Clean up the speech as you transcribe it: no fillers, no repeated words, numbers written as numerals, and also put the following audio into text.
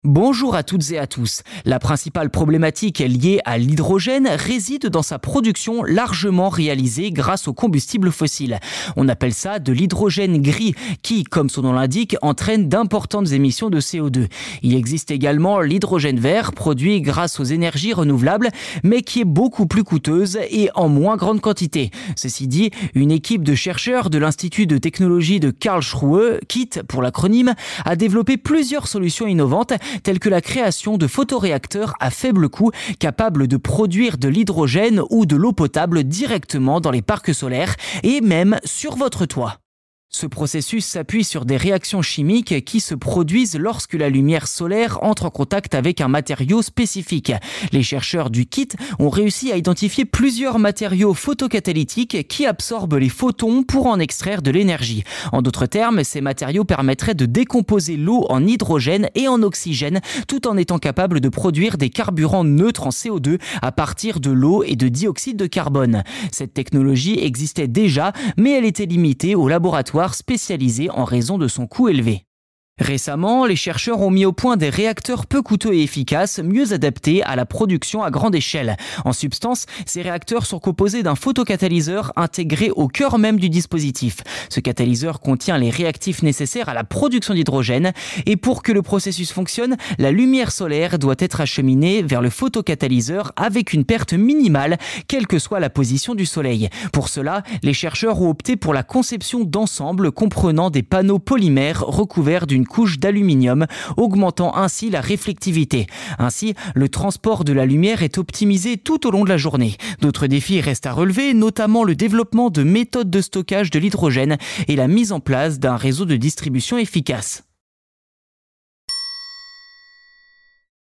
Bonjour à toutes et à tous. La principale problématique liée à l'hydrogène réside dans sa production largement réalisée grâce aux combustibles fossiles. On appelle ça de l'hydrogène gris qui, comme son nom l'indique, entraîne d'importantes émissions de CO2. Il existe également l'hydrogène vert produit grâce aux énergies renouvelables mais qui est beaucoup plus coûteuse et en moins grande quantité. Ceci dit, une équipe de chercheurs de l'Institut de technologie de Karlsruhe, KIT pour l'acronyme, a développé plusieurs solutions innovantes telles que la création de photoréacteurs à faible coût capables de produire de l'hydrogène ou de l'eau potable directement dans les parcs solaires et même sur votre toit. Ce processus s'appuie sur des réactions chimiques qui se produisent lorsque la lumière solaire entre en contact avec un matériau spécifique. Les chercheurs du KIT ont réussi à identifier plusieurs matériaux photocatalytiques qui absorbent les photons pour en extraire de l'énergie. En d'autres termes, ces matériaux permettraient de décomposer l'eau en hydrogène et en oxygène tout en étant capables de produire des carburants neutres en CO2 à partir de l'eau et de dioxyde de carbone. Cette technologie existait déjà, mais elle était limitée au laboratoire spécialisé en raison de son coût élevé. Récemment, les chercheurs ont mis au point des réacteurs peu coûteux et efficaces, mieux adaptés à la production à grande échelle. En substance, ces réacteurs sont composés d'un photocatalyseur intégré au cœur même du dispositif. Ce catalyseur contient les réactifs nécessaires à la production d'hydrogène et pour que le processus fonctionne, la lumière solaire doit être acheminée vers le photocatalyseur avec une perte minimale, quelle que soit la position du soleil. Pour cela, les chercheurs ont opté pour la conception d'ensembles comprenant des panneaux polymères recouverts d'une couche d'aluminium, augmentant ainsi la réflectivité. Ainsi, le transport de la lumière est optimisé tout au long de la journée. D'autres défis restent à relever, notamment le développement de méthodes de stockage de l'hydrogène et la mise en place d'un réseau de distribution efficace.